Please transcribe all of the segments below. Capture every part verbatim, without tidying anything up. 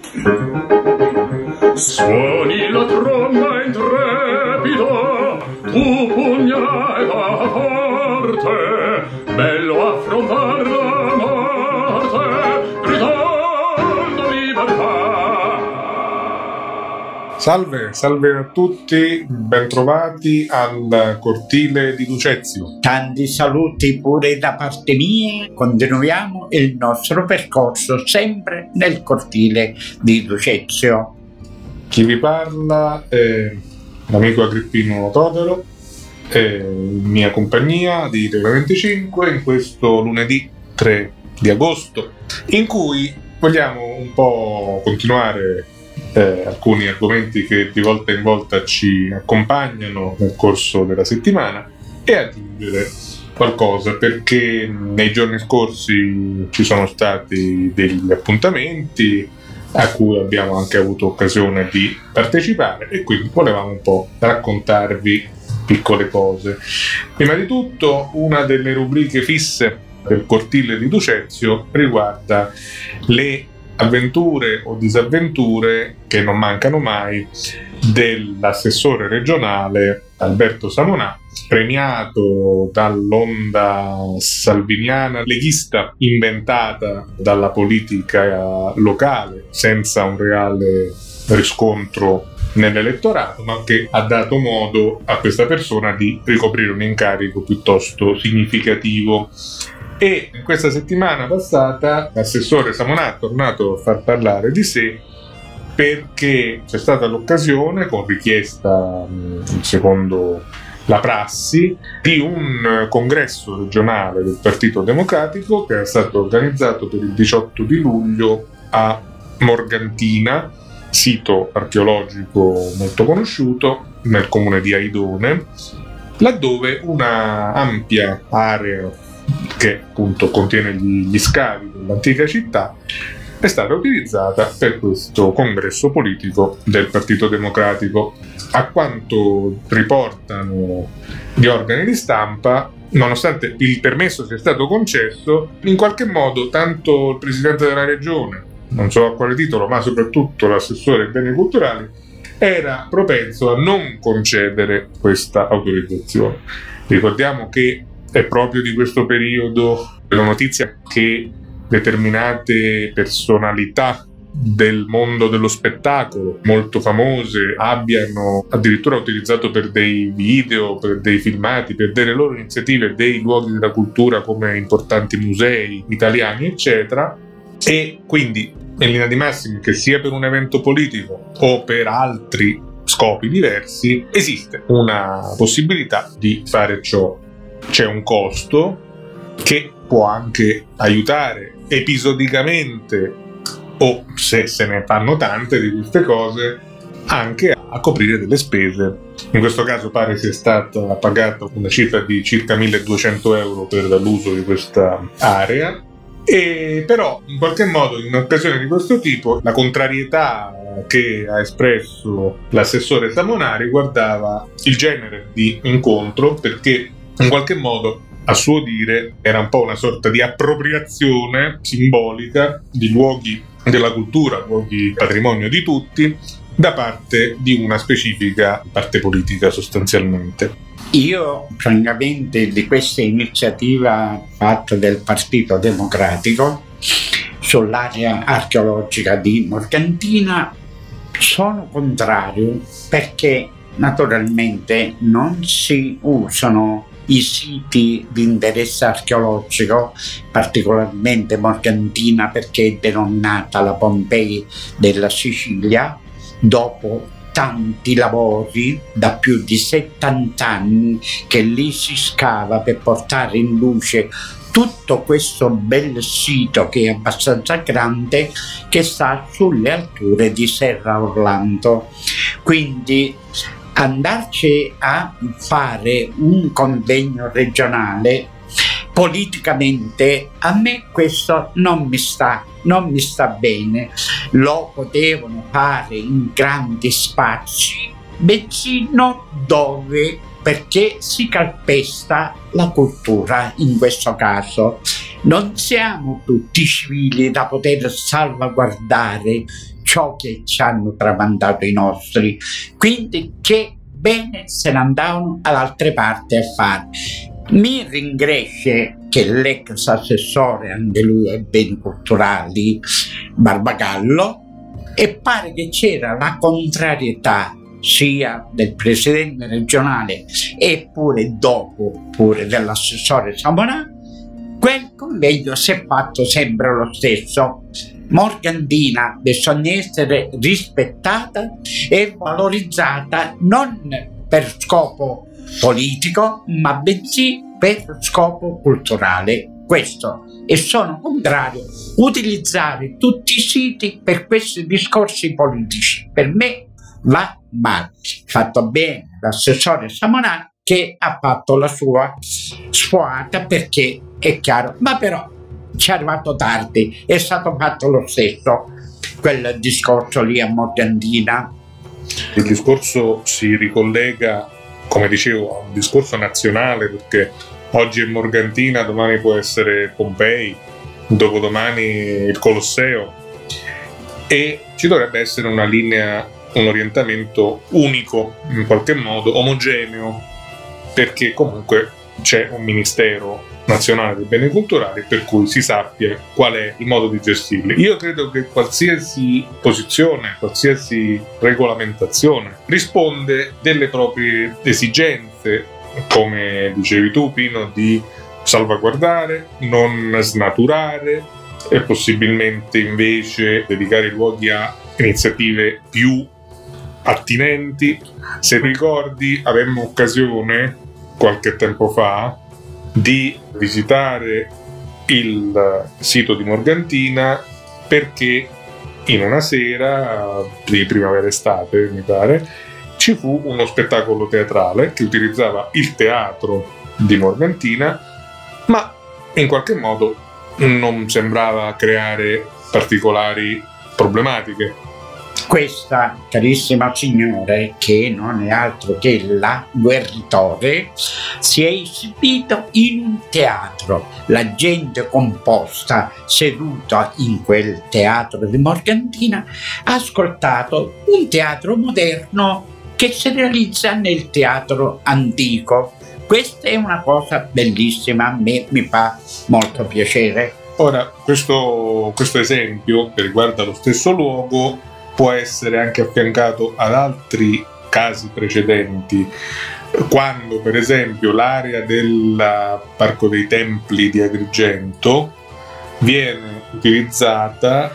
Suoni la tromba intrepida, tu pugna e va forte, bello affrontar la morte, gridando libertà. Salve, salve a tutti, bentrovati al cortile di Ducezio. Tanti saluti pure da parte mia. Continuiamo il nostro percorso sempre nel cortile di Ducezio. Chi vi parla è l'amico Agrippino Totaro, in mia compagnia di Tele venticinque in questo lunedì tre di agosto, in cui vogliamo un po' continuare Eh, alcuni argomenti che di volta in volta ci accompagnano nel corso della settimana e aggiungere qualcosa, perché nei giorni scorsi ci sono stati degli appuntamenti a cui abbiamo anche avuto occasione di partecipare e quindi volevamo un po' raccontarvi piccole cose. Prima di tutto, una delle rubriche fisse del cortile di Ducezio riguarda le avventure o disavventure che non mancano mai dell'assessore regionale Alberto Samonà, premiato dall'onda salviniana leghista inventata dalla politica locale senza un reale riscontro nell'elettorato, ma che ha dato modo a questa persona di ricoprire un incarico piuttosto significativo. E in questa settimana passata l'assessore Samonà è tornato a far parlare di sé, perché c'è stata l'occasione, con richiesta secondo la prassi, di un congresso regionale del Partito Democratico che è stato organizzato per il diciotto di luglio a Morgantina, sito archeologico molto conosciuto nel comune di Aidone, laddove una ampia area che appunto contiene gli, gli scavi dell'antica città è stata utilizzata per questo congresso politico del Partito Democratico. A quanto riportano gli organi di stampa, nonostante il permesso sia stato concesso, in qualche modo tanto il presidente della regione, non so a quale titolo, ma soprattutto l'assessore ai beni culturali, era propenso a non concedere questa autorizzazione. Ricordiamo che è proprio di questo periodo la notizia che determinate personalità del mondo dello spettacolo molto famose abbiano addirittura utilizzato per dei video, per dei filmati, per delle loro iniziative dei luoghi della cultura come importanti musei italiani eccetera, e quindi in linea di massima, che sia per un evento politico o per altri scopi diversi, esiste una possibilità di fare ciò. C'è un costo che può anche aiutare episodicamente, o se se ne fanno tante di queste cose, anche a coprire delle spese. In questo caso pare sia stata pagata una cifra di circa milleduecento euro per l'uso di questa area, e però in qualche modo in un'occasione di questo tipo la contrarietà che ha espresso l'assessore Samonà riguardava il genere di incontro, perché in qualche modo, a suo dire, era un po' una sorta di appropriazione simbolica di luoghi della cultura, luoghi patrimonio di tutti, da parte di una specifica parte politica sostanzialmente. Io, francamente, di questa iniziativa fatta del Partito Democratico sull'area archeologica di Morgantina sono contrario, perché naturalmente non si usano i siti di interesse archeologico, particolarmente Morgantina perché è denominata la Pompei della Sicilia, dopo tanti lavori da più di settanta anni che lì si scava per portare in luce tutto questo bel sito che è abbastanza grande, che sta sulle alture di Serra Orlando. Quindi andarci a fare un convegno regionale, politicamente a me questo non mi sta, non mi sta bene. Lo potevano fare in grandi spazi, bensì non dove, perché si calpesta la cultura in questo caso. Non siamo tutti civili da poter salvaguardare ciò che ci hanno tramandato i nostri, quindi che bene se ne andavano ad altre parti a fare. Mi ringresce che l'ex assessore, anche lui ai beni culturali, Barbagallo, e pare che c'era la contrarietà sia del presidente regionale e pure dopo pure dell'assessore Samonà. Quel convegno si è fatto sempre lo stesso. Morgantina bisogna essere rispettata e valorizzata non per scopo politico, ma bensì per scopo culturale. Questo, e sono contrario a utilizzare tutti i siti per questi discorsi politici. Per me va male. Fatto bene l'assessore Samonà, che ha fatto la sua sfoata, perché è chiaro, ma però ci è arrivato tardi, è stato fatto lo stesso quel discorso lì a Morgantina. Il discorso si ricollega, come dicevo, a un discorso nazionale, perché oggi è Morgantina, domani può essere Pompei, dopodomani il Colosseo, e ci dovrebbe essere una linea, un orientamento unico, in qualche modo omogeneo, perché comunque c'è un Ministero nazionale dei beni culturali, per cui si sappia qual è il modo di gestirli. Io credo che qualsiasi posizione, qualsiasi regolamentazione risponde delle proprie esigenze, come dicevi tu Pino, di salvaguardare, non snaturare e possibilmente invece dedicare i luoghi a iniziative più attinenti. Se ricordi, avemmo occasione qualche tempo fa di visitare il sito di Morgantina, perché in una sera di primavera-estate, mi pare, ci fu uno spettacolo teatrale che utilizzava il teatro di Morgantina, ma in qualche modo non sembrava creare particolari problematiche. Questa carissima signore, che non è altro che la Guerritore, si è esibito in un teatro. La gente composta seduta in quel teatro di Morgantina ha ascoltato un teatro moderno che si realizza nel teatro antico. Questa è una cosa bellissima, a me mi fa molto piacere. Ora, questo, questo esempio che riguarda lo stesso luogo può essere anche affiancato ad altri casi precedenti, quando per esempio l'area del Parco dei Templi di Agrigento viene utilizzata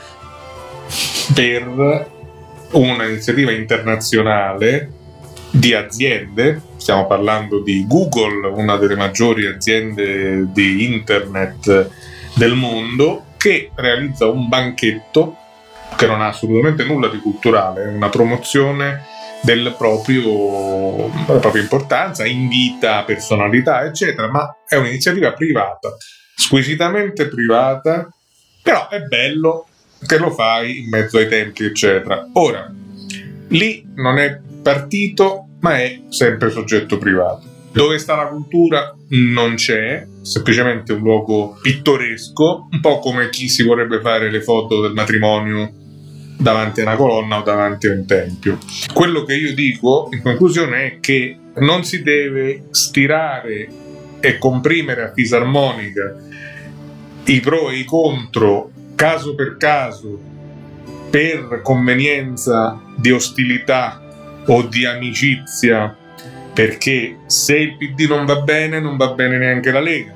per un'iniziativa internazionale di aziende. Stiamo parlando di Google, una delle maggiori aziende di internet del mondo, che realizza un banchetto che non ha assolutamente nulla di culturale, è una promozione del proprio, della propria importanza, invita personalità eccetera, ma è un'iniziativa privata, squisitamente privata, però è bello che lo fai in mezzo ai templi eccetera. Ora, lì non è partito, ma è sempre soggetto privato. Dove sta la cultura? Non c'è, semplicemente un luogo pittoresco, un po' come chi si vorrebbe fare le foto del matrimonio davanti a una colonna o davanti a un tempio. Quello che io dico in conclusione è che non si deve stirare e comprimere a fisarmonica i pro e i contro caso per caso per convenienza di ostilità o di amicizia, perché se il P D non va bene, non va bene neanche la Lega.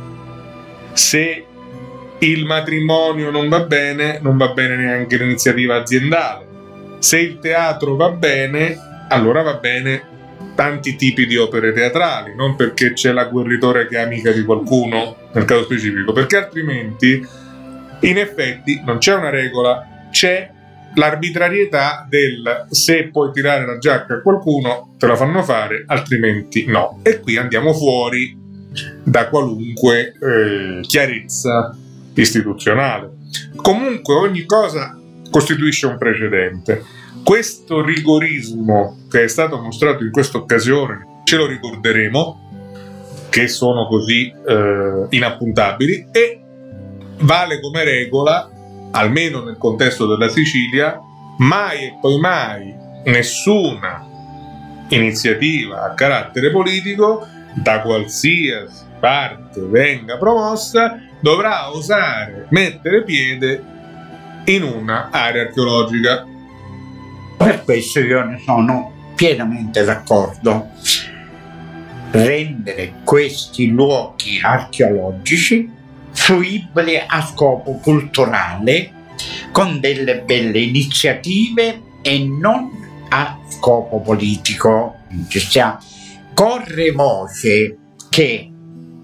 Se il matrimonio non va bene, non va bene neanche l'iniziativa aziendale. Se il teatro va bene, allora va bene tanti tipi di opere teatrali, non perché c'è la Guerritore che è amica di qualcuno, nel caso specifico, perché altrimenti in effetti non c'è una regola, c'è l'arbitrarietà del se puoi tirare la giacca a qualcuno te la fanno fare, altrimenti no. E qui andiamo fuori da qualunque eh, chiarezza istituzionale. Comunque ogni cosa costituisce un precedente. Questo rigorismo che è stato mostrato in questa occasione ce lo ricorderemo, che sono così eh, inappuntabili, e vale come regola, almeno nel contesto della Sicilia, mai e poi mai nessuna iniziativa a carattere politico, da qualsiasi parte venga promossa, dovrà osare mettere piede in una area archeologica. Per questo io ne sono pienamente d'accordo. Rendere questi luoghi archeologici fruibili a scopo culturale, con delle belle iniziative e non a scopo politico. Ci sia, corre voce che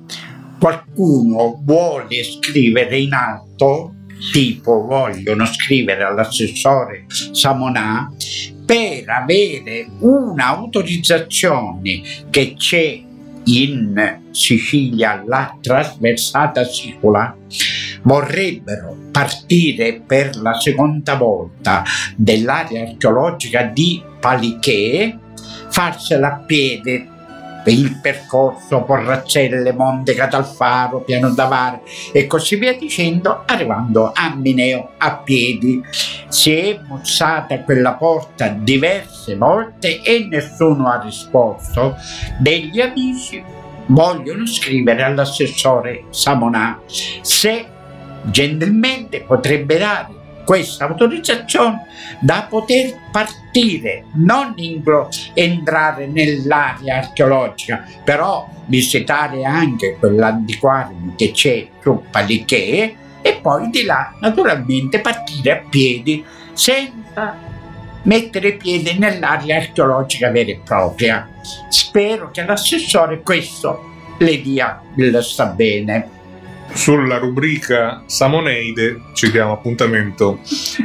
qualcuno vuole scrivere in alto, tipo vogliono scrivere all'assessore Samonà, per avere un'autorizzazione che c'è in Sicilia, la trasversata sicola, vorrebbero partire per la seconda volta dell'area archeologica di Paliché, farsela a piede il percorso Porrazzelle, Monte Catalfaro, Piano d'Avare e così via dicendo, arrivando a Mineo a piedi. Si è bussata quella porta diverse volte e nessuno ha risposto. Degli amici vogliono scrivere all'assessore Samonà se gentilmente potrebbe dare questa autorizzazione da poter partire, non inglo- entrare nell'area archeologica, però visitare anche quell'antiquarium che c'è su Paliché e poi di là naturalmente partire a piedi senza mettere piede nell'area archeologica vera e propria. Spero che l'assessore questo le dia il sta bene. Sulla rubrica Samoneide ci diamo appuntamento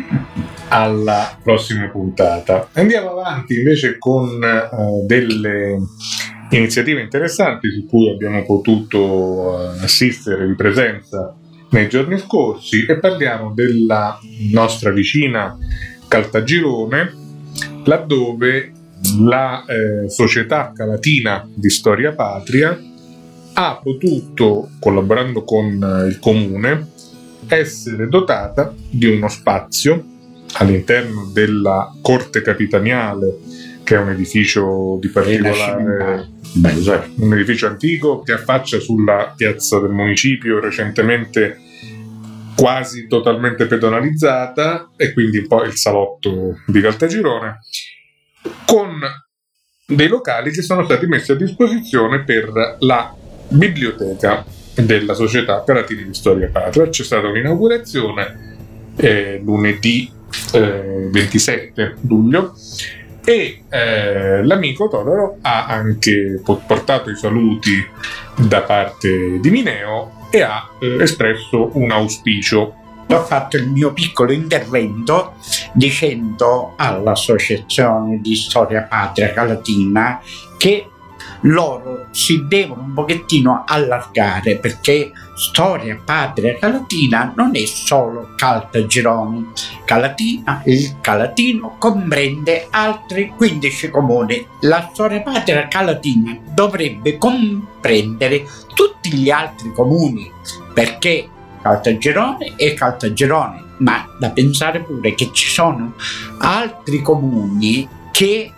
alla prossima puntata. Andiamo avanti invece con uh, delle iniziative interessanti su cui abbiamo potuto uh, assistere di presenza nei giorni scorsi e parliamo della nostra vicina Caltagirone, laddove la eh, Società Calatina di Storia Patria ha potuto, collaborando con il comune, essere dotata di uno spazio all'interno della Corte Capitaniale, che è un edificio di particolare, un edificio antico che affaccia sulla piazza del municipio, recentemente quasi totalmente pedonalizzata, e quindi un po' il salotto di Caltagirone, con dei locali che sono stati messi a disposizione per la biblioteca della Società Calatina di Storia Patria. C'è stata un'inaugurazione eh, lunedì eh, ventisette luglio e eh, l'amico Todoro ha anche portato i saluti da parte di Mineo e ha eh, espresso un auspicio. Ho fatto il mio piccolo intervento dicendo all'Associazione di Storia Patria Calatina che loro si devono un pochettino allargare, perché Storia Patria Calatina non è solo Caltagirone. Calatina, il Calatino comprende altri quindici comuni. La Storia Patria Calatina dovrebbe comprendere tutti gli altri comuni, perché Caltagirone è Caltagirone, ma da pensare pure che ci sono altri comuni che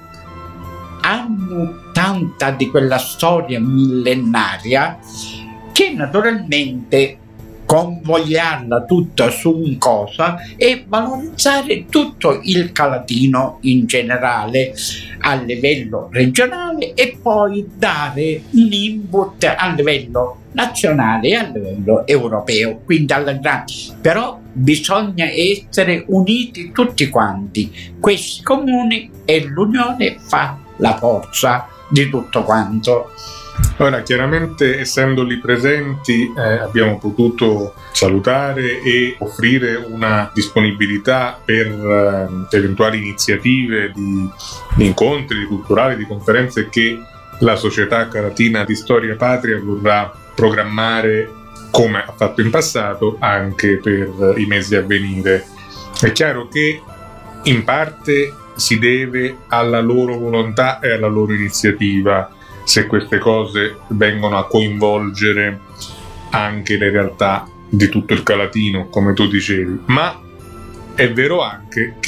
hanno tanta di quella storia millenaria che naturalmente convogliarla tutta su un cosa e valorizzare tutto il Calatino in generale a livello regionale e poi dare un input a livello nazionale e a livello europeo, quindi alla grande. Però bisogna essere uniti tutti quanti, questi comuni, e l'unione fa la forza di tutto quanto. Ora, chiaramente, essendo lì presenti, eh, abbiamo potuto salutare e offrire una disponibilità per eh, eventuali iniziative di, di incontri di culturali, di conferenze che la Società Calatina di Storia Patria vorrà programmare, come ha fatto in passato, anche per i mesi a venire. È chiaro che in parte si deve alla loro volontà e alla loro iniziativa se queste cose vengono a coinvolgere anche le realtà di tutto il Calatino, come tu dicevi, ma è vero anche che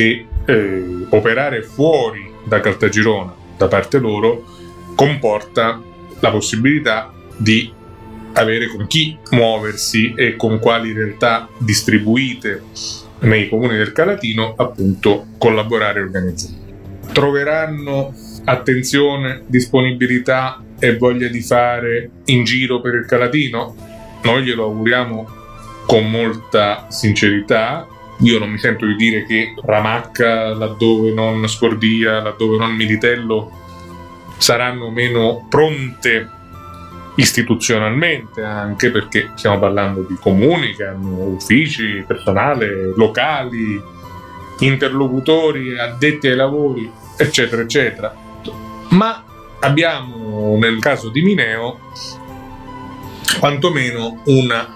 eh, operare fuori da Caltagirone da parte loro comporta la possibilità di avere con chi muoversi e con quali realtà distribuite nei comuni del Calatino appunto collaborare e organizzare. Troveranno attenzione, disponibilità e voglia di fare in giro per il Calatino? Noi glielo auguriamo con molta sincerità. Io non mi sento di dire che Ramacca, laddove non Scordia, laddove non Militello saranno meno pronte istituzionalmente, anche perché stiamo parlando di comuni che hanno uffici, personale, locali, interlocutori, addetti ai lavori, eccetera, eccetera. Ma abbiamo, nel caso di Mineo, quantomeno una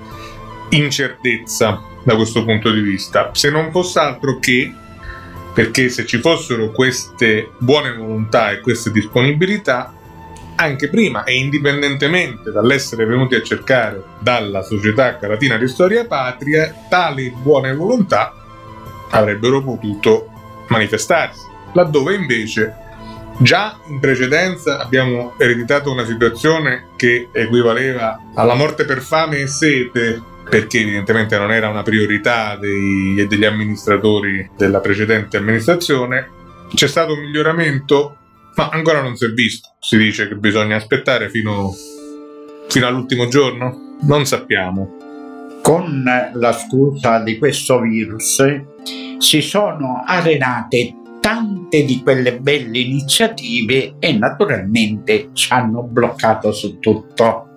incertezza da questo punto di vista, se non fosse altro che perché se ci fossero queste buone volontà e queste disponibilità, anche prima e indipendentemente dall'essere venuti a cercare dalla Società Calatina di Storia Patria, tali buone volontà avrebbero potuto manifestarsi, laddove invece già in precedenza abbiamo ereditato una situazione che equivaleva alla morte per fame e sete, perché evidentemente non era una priorità dei, degli amministratori della precedente amministrazione. C'è stato un miglioramento, ma ancora non si è visto. Si dice che bisogna aspettare fino, fino all'ultimo giorno? Non sappiamo. Con la scusa di questo virus si sono arenate tante di quelle belle iniziative e naturalmente ci hanno bloccato su tutto.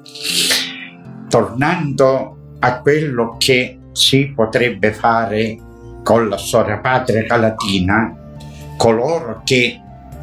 Tornando a quello che si potrebbe fare con la Storia Patria Calatina, coloro che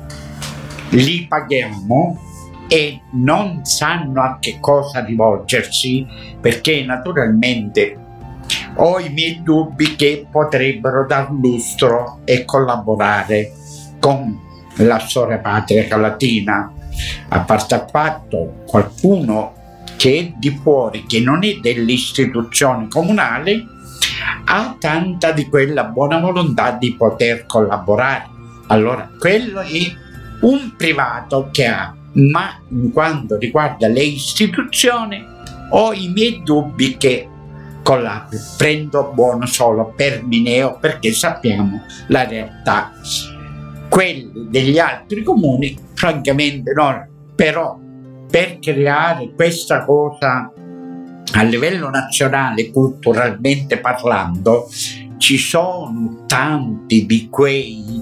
li paghiamo e non sanno a che cosa rivolgersi, perché naturalmente ho i miei dubbi che potrebbero dar lustro e collaborare con la Storia Patria Calatina, a parte il fatto qualcuno che è di fuori, che non è dell'istituzione comunale, ha tanta di quella buona volontà di poter collaborare. Allora quello è un privato che ha, ma in quanto riguarda le istituzioni ho i miei dubbi che collabori. Prendo buono solo per Mineo, perché sappiamo la realtà. Quelli degli altri comuni francamente no, però per creare questa cosa a livello nazionale, culturalmente parlando, ci sono tanti di quei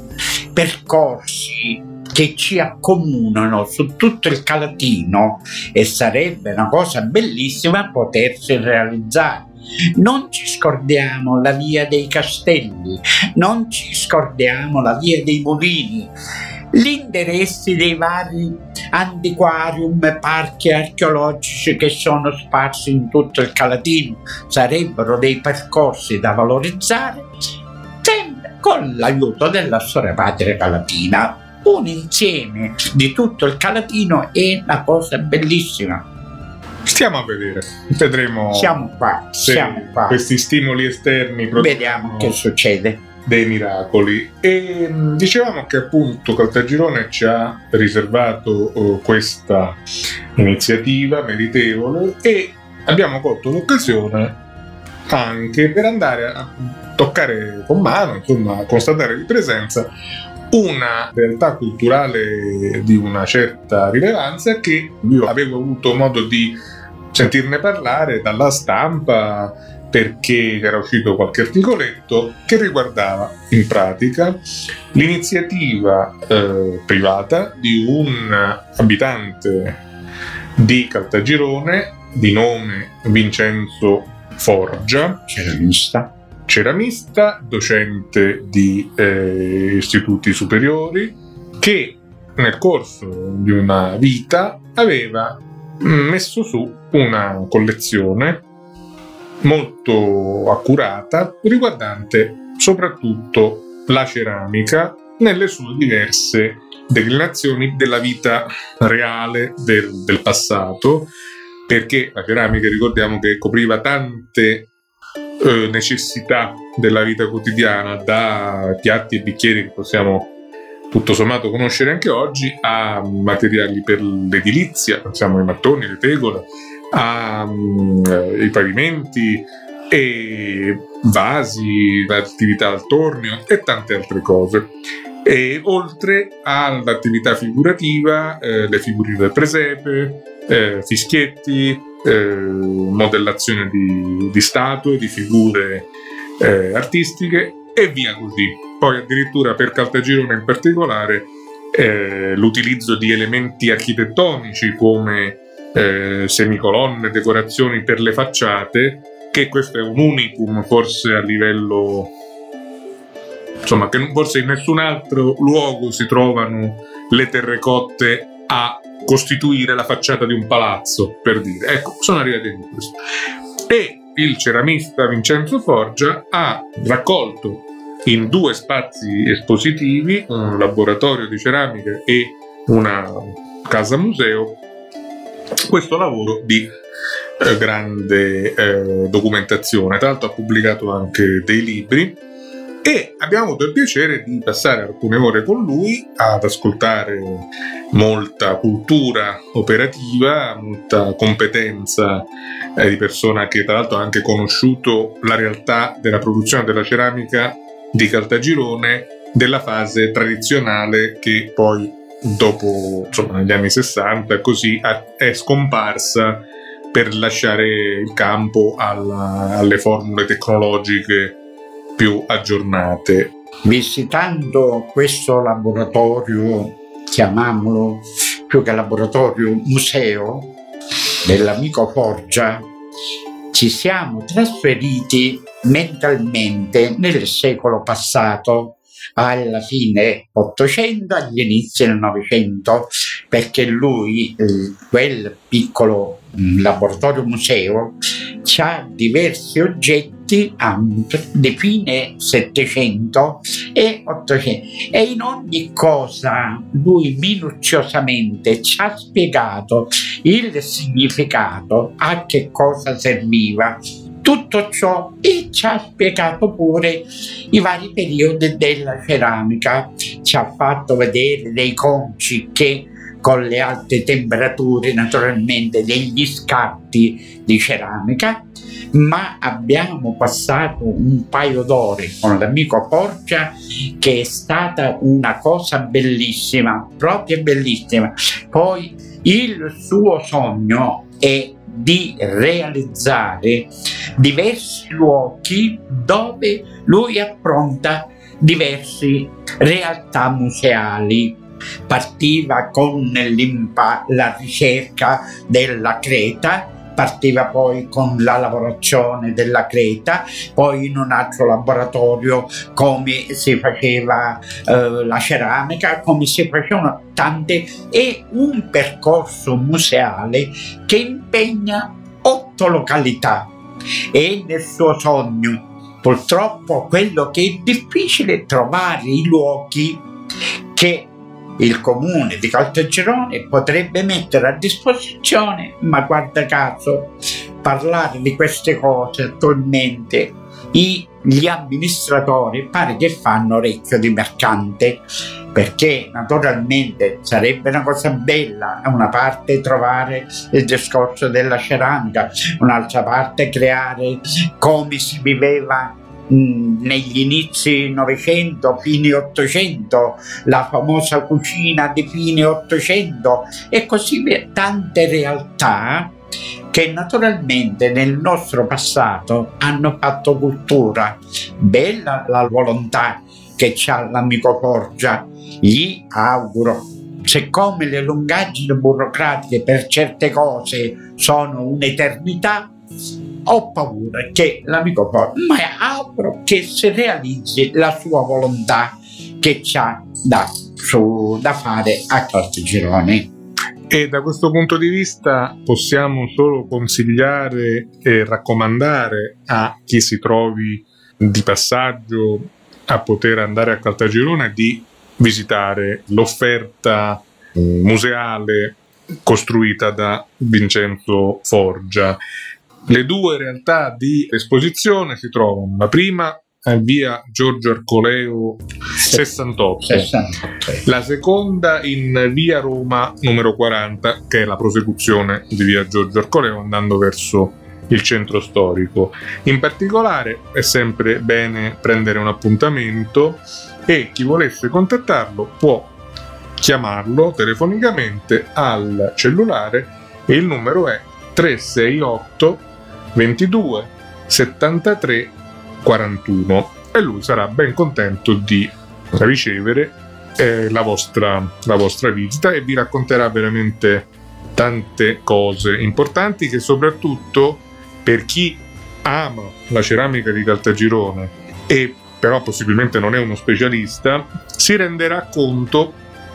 percorsi che ci accomunano su tutto il Calatino e sarebbe una cosa bellissima potersi realizzare. Non ci scordiamo la via dei Castelli, non ci scordiamo la via dei Mulini, gli interessi dei vari antiquarium e parchi archeologici che sono sparsi in tutto il Calatino sarebbero dei percorsi da valorizzare, sempre con l'aiuto della Storia Patria Calatina. Un insieme di tutto il Calatino è una cosa bellissima. Stiamo a vedere, vedremo. Siamo qua, se siamo qua. Questi stimoli esterni vediamo che succede. Dei miracoli. E dicevamo che appunto Caltagirone ci ha riservato uh, questa iniziativa meritevole e abbiamo colto l'occasione anche per andare a toccare con mano, insomma, a constatare di presenza una realtà culturale di una certa rilevanza che io avevo avuto modo di sentirne parlare dalla stampa, perché era uscito qualche articoletto che riguardava in pratica l'iniziativa eh, privata di un abitante di Caltagirone di nome Vincenzo Forgia, ceramista, ceramista, docente di eh, istituti superiori, che nel corso di una vita aveva messo su una collezione molto accurata riguardante soprattutto la ceramica nelle sue diverse declinazioni della vita reale del, del passato, perché la ceramica, ricordiamo che copriva tante eh, necessità della vita quotidiana, da piatti e bicchieri che possiamo tutto sommato conoscere anche oggi, a materiali per l'edilizia, pensiamo ai mattoni, le tegole, ai pavimenti e vasi, attività al tornio e tante altre cose. E oltre all'attività figurativa, eh, le figurine del presepe, eh, fischietti, eh, modellazione di, di statue, di figure eh, artistiche e via così. Poi addirittura per Caltagirone in particolare eh, l'utilizzo di elementi architettonici come eh, semicolonne, decorazioni per le facciate, che questo è un unicum forse a livello, insomma, che forse in nessun altro luogo si trovano le terrecotte a costituire la facciata di un palazzo, per dire. Ecco, sono arrivati a questo. E il ceramista Vincenzo Forgia ha raccolto in due spazi espositivi, un laboratorio di ceramica e una casa museo, questo lavoro di eh, grande eh, documentazione. Tra l'altro ha pubblicato anche dei libri e abbiamo avuto il piacere di passare alcune ore con lui ad ascoltare molta cultura operativa, molta competenza eh, di persona che tra l'altro ha anche conosciuto la realtà della produzione della ceramica di Caltagirone, della fase tradizionale che poi dopo, insomma, negli anni sessanta così è scomparsa per lasciare il campo alla, alle formule tecnologiche più aggiornate. Visitando questo laboratorio, chiamiamolo più che laboratorio, museo dell'amico Forgia, ci siamo trasferiti mentalmente nel secolo passato, alla fine Ottocento, agli inizi del Novecento, perché lui, eh, quel piccolo mh, laboratorio museo, ha diversi oggetti um, di fine Settecento e Ottocento, e in ogni cosa lui minuziosamente ci ha spiegato il significato, a che cosa serviva tutto ciò, e ci ha spiegato pure i vari periodi della ceramica. Ci ha fatto vedere dei conci che con le alte temperature, naturalmente degli scatti di ceramica, ma abbiamo passato un paio d'ore con l'amico Forgia che è stata una cosa bellissima, proprio bellissima. Poi il suo sogno è di realizzare diversi luoghi dove lui appronta diverse realtà museali. Partiva con la ricerca della creta, partiva poi con la lavorazione della creta, poi in un altro laboratorio come si faceva eh, la ceramica, come si facevano tante, e un percorso museale che impegna otto località. E nel suo sogno, purtroppo, quello che è difficile è trovare i luoghi che il comune di Caltagirone potrebbe mettere a disposizione, ma guarda caso, parlare di queste cose attualmente i, gli amministratori pare che fanno orecchio di mercante, perché naturalmente sarebbe una cosa bella da una parte trovare il discorso della ceramica, un'altra parte creare come si viveva negli inizi Novecento, fine Ottocento, la famosa cucina di fine Ottocento e così via, tante realtà che naturalmente nel nostro passato hanno fatto cultura. Bella la volontà che c'ha l'amico Forgia, gli auguro, siccome le lungaggini burocratiche per certe cose sono un'eternità, ho paura che l'amico Forgia, ma auguro che si realizzi la sua volontà che c'ha da, su, da fare a Caltagirone. E da questo punto di vista possiamo solo consigliare e raccomandare a chi si trovi di passaggio a poter andare a Caltagirone di visitare l'offerta museale costruita da Vincenzo Forgia. Le due realtà di esposizione si trovano, la prima è via Giorgio Arcoleo sessantotto, sessantotto. la seconda in via Roma numero quaranta, che è la prosecuzione di via Giorgio Arcoleo andando verso il centro storico. In particolare è sempre bene prendere un appuntamento e chi volesse contattarlo può chiamarlo telefonicamente al cellulare e il numero è tre sei otto ventidue settantatré quarantuno e lui sarà ben contento di ricevere eh, la vostra, la vostra visita e vi racconterà veramente tante cose importanti che soprattutto per chi ama la ceramica di Caltagirone e però possibilmente non è uno specialista si renderà conto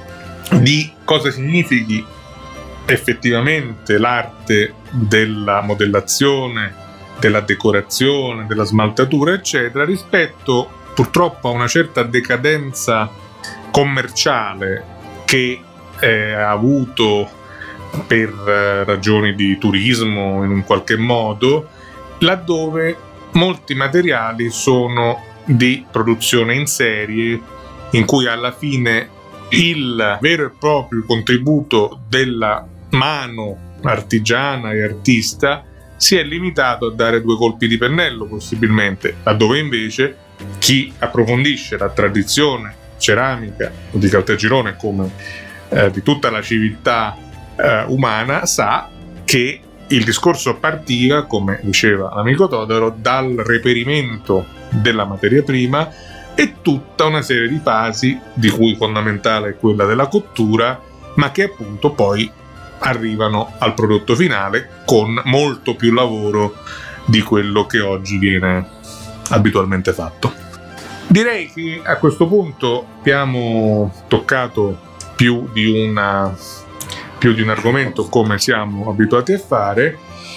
di cosa significhi effettivamente l'arte della modellazione, della decorazione, della smaltatura eccetera rispetto purtroppo a una certa decadenza commerciale che eh, ha avuto per eh, ragioni di turismo in un qualche modo, laddove molti materiali sono di produzione in serie in cui alla fine il vero e proprio contributo della mano artigiana e artista si è limitato a dare due colpi di pennello possibilmente, laddove invece chi approfondisce la tradizione ceramica di Caltagirone come eh, di tutta la civiltà eh, umana sa che il discorso partiva, come diceva l'amico Todaro, dal reperimento della materia prima e tutta una serie di fasi, di cui fondamentale è quella della cottura, ma che appunto poi arrivano al prodotto finale con molto più lavoro di quello che oggi viene abitualmente fatto. Direi che a questo punto abbiamo toccato più di una più di un argomento come siamo abituati a fare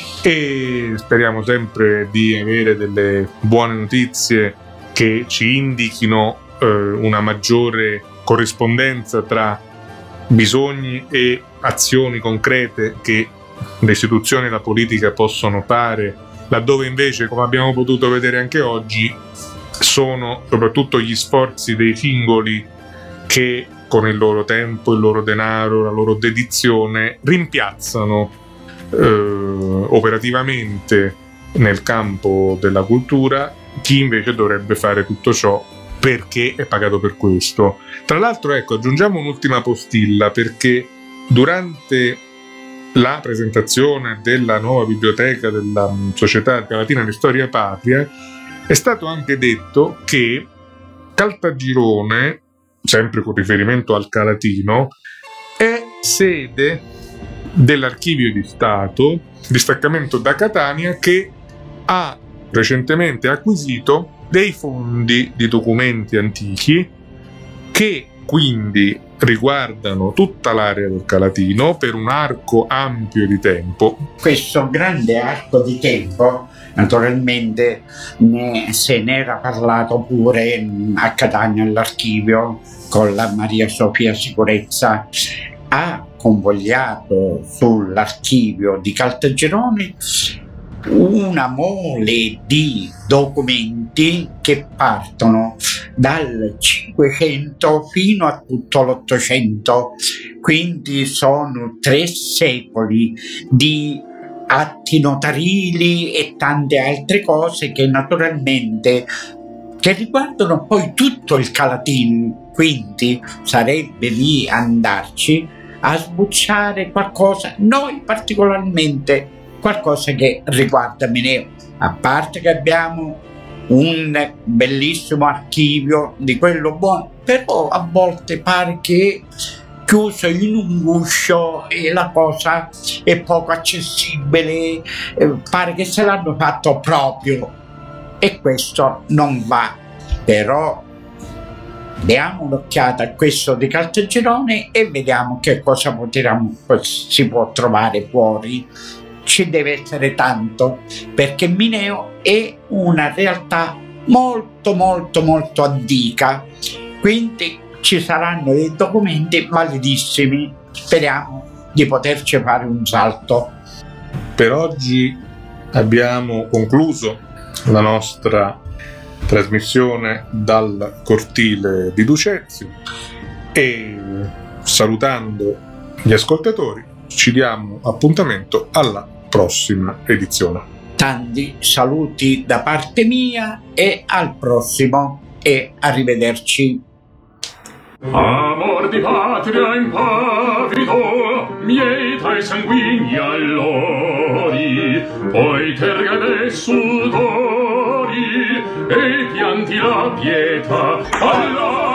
e speriamo sempre di avere delle buone notizie che ci indichino eh, una maggiore corrispondenza tra bisogni e azioni concrete che le istituzioni e la politica possono fare, laddove invece, come abbiamo potuto vedere anche oggi, sono soprattutto gli sforzi dei singoli che con il loro tempo, il loro denaro, la loro dedizione rimpiazzano eh, operativamente nel campo della cultura chi invece dovrebbe fare tutto ciò perché è pagato per questo. Tra l'altro, ecco, aggiungiamo un'ultima postilla, perché durante la presentazione della nuova biblioteca della Società Calatina di Storia Patria è stato anche detto che Caltagirone, sempre con riferimento al Calatino, è sede dell'Archivio di Stato, distaccamento da Catania, che ha recentemente acquisito dei fondi di documenti antichi che quindi riguardano tutta l'area del Calatino per un arco ampio di tempo. Questo grande arco di tempo, naturalmente, ne, se ne era parlato pure a Catania all'archivio con la Maria Sofia Sicurezza, ha convogliato sull'archivio di Caltagirone una mole di documenti che partono dal Cinquecento fino a tutto l'Ottocento, quindi sono tre secoli di atti notarili e tante altre cose che naturalmente che riguardano poi tutto il Calatino, quindi sarebbe di andarci a sbucciare qualcosa, noi particolarmente qualcosa che riguarda Mineo, a parte che abbiamo un bellissimo archivio di quello buono, però a volte pare che chiuso in un guscio e la cosa è poco accessibile, eh, pare che se l'hanno fatto proprio e questo non va. Però diamo un'occhiata a questo di Caltagirone e vediamo che cosa potremo, si può trovare fuori. Ci deve essere tanto, perché Mineo è una realtà molto molto molto antica, quindi ci saranno dei documenti validissimi. Speriamo di poterci fare un salto. Per oggi abbiamo concluso la nostra trasmissione dal cortile di Ducezio, e salutando gli ascoltatori ci diamo appuntamento alla prossima edizione. Tanti saluti da parte mia e al prossimo, e arrivederci. Amor di patria impavido, mieta e sanguigni allori, poi terga e sudori, e pianti la pietà alla